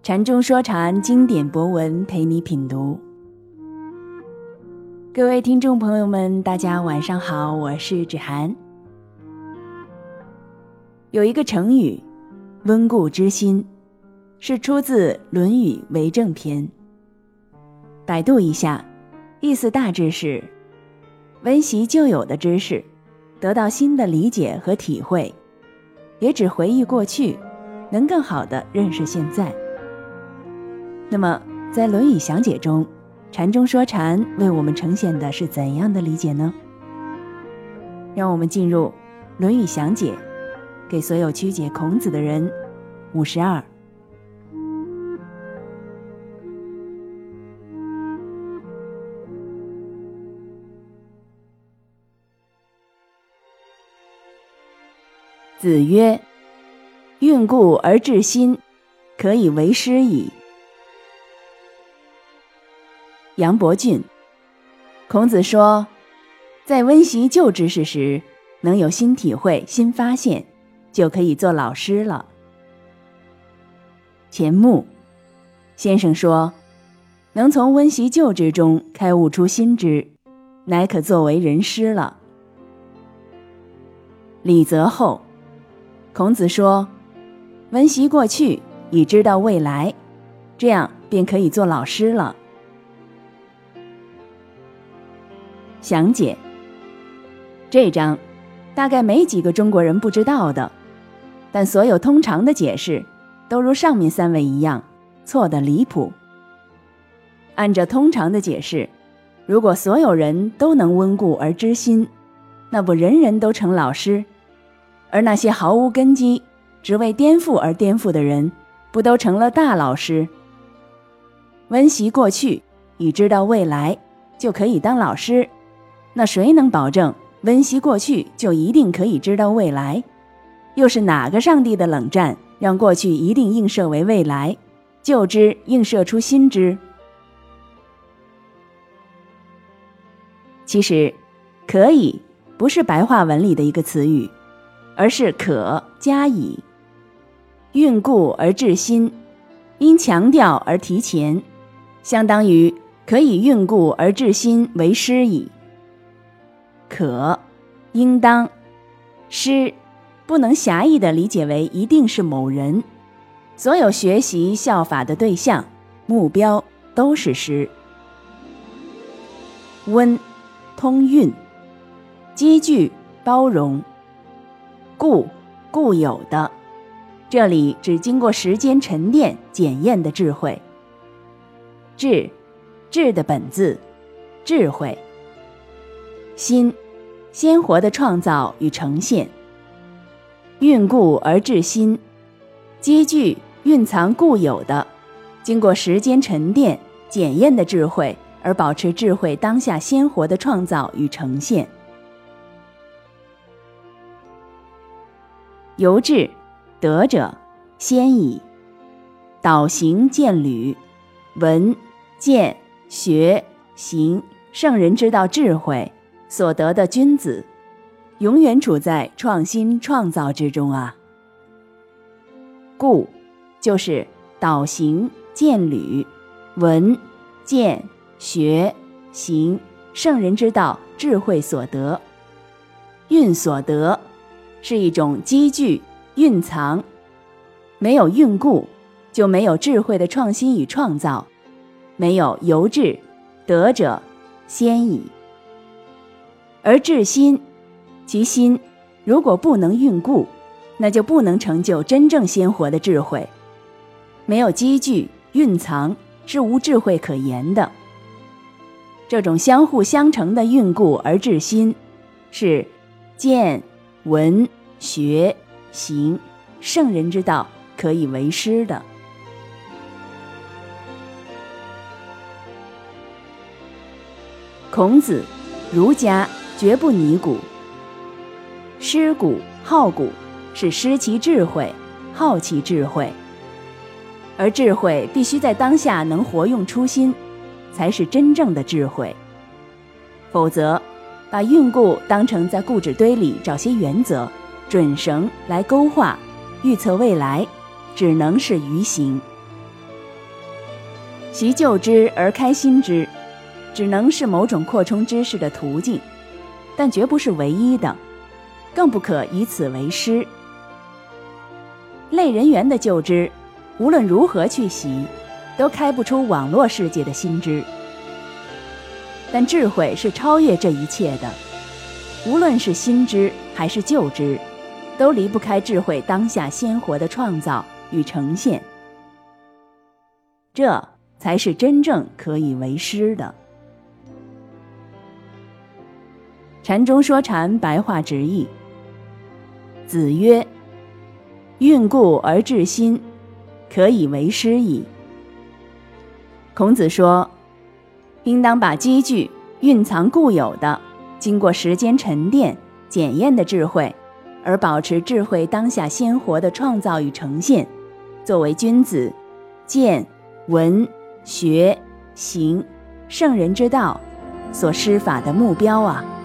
禅中说禅，经典博文陪你品读。各位听众朋友们，大家晚上好，我是芷涵。有一个成语温故知新，是出自《论语·为政篇》。百度一下，意思大致是温习旧有的知识，得到新的理解和体会，也只回忆过去，能更好地认识现在。那么在《论语详解》中，禅中说禅为我们呈现的是怎样的理解呢？让我们进入《论语详解》，给所有曲解孔子的人52。子曰：运故而致新，可以为师矣。杨伯峻。孔子说，在温习旧知识时，能有新体会、新发现，就可以做老师了。钱穆先生说，能从温习旧知中开悟出新知，乃可作为人师了。李泽厚。孔子说，温习过去，以知道未来，这样便可以做老师了。详解。这章大概没几个中国人不知道的，但所有通常的解释都如上面3位一样，错得离谱。按照通常的解释，如果所有人都能温故而知新，那不人人都成老师，而那些毫无根基，只为颠覆而颠覆的人，不都成了大老师？温习过去，以知道未来，就可以当老师，那谁能保证温习过去就一定可以知道未来？又是哪个上帝的冷战，让过去一定映射为未来，旧知映射出新知？其实可以不是白话文里的一个词语，而是可加以。运故而致新，因强调而提前，相当于可以运故而致新为师矣。可应当，师不能狭义地理解为一定是某人，所有学习效法的对象目标都是师。温通运，积聚包容。固有的，这里指经过时间沉淀检验的智慧。智的本字智慧。新，鲜活的创造与呈现。运故而致新，积聚蕴藏固有的经过时间沉淀检验的智慧，而保持智慧当下鲜活的创造与呈现。由智得者先矣。导行见履，闻见学行，圣人之道智慧所得的君子，永远处在创新创造之中啊。故就是导行见履，闻见学行，圣人之道智慧所得。蕴所得是一种积聚蕴藏，没有蕴故，就没有智慧的创新与创造，没有由智得者先矣。而致新，其心如果不能蕴故，那就不能成就真正鲜活的智慧。没有积聚蕴藏，是无智慧可言的。这种相互相成的蕴故而致新，是见闻学行圣人之道可以为师的。孔子、儒家绝不拟古，失古好古是失其智慧，好其智慧。而智慧必须在当下能活用初心，才是真正的智慧。否则，把运故当成在固执堆里找些原则、准绳来勾画、预测未来，只能是愚行。 习旧知而开新知，只能是某种扩充知识的途径，但绝不是唯一的，更不可以此为师。类人猿的旧知，无论如何去习，都开不出网络世界的新知。但智慧是超越这一切的，无论是新知还是旧知，都离不开智慧当下鲜活的创造与呈现。这才是真正可以为师的。禅中说禅白话直译：子曰：蕴故而治心，可以为师矣。孔子说，应当把积聚蕴藏固有的经过时间沉淀检验的智慧，而保持智慧当下鲜活的创造与呈现，作为君子见闻学行圣人之道所施法的目标啊。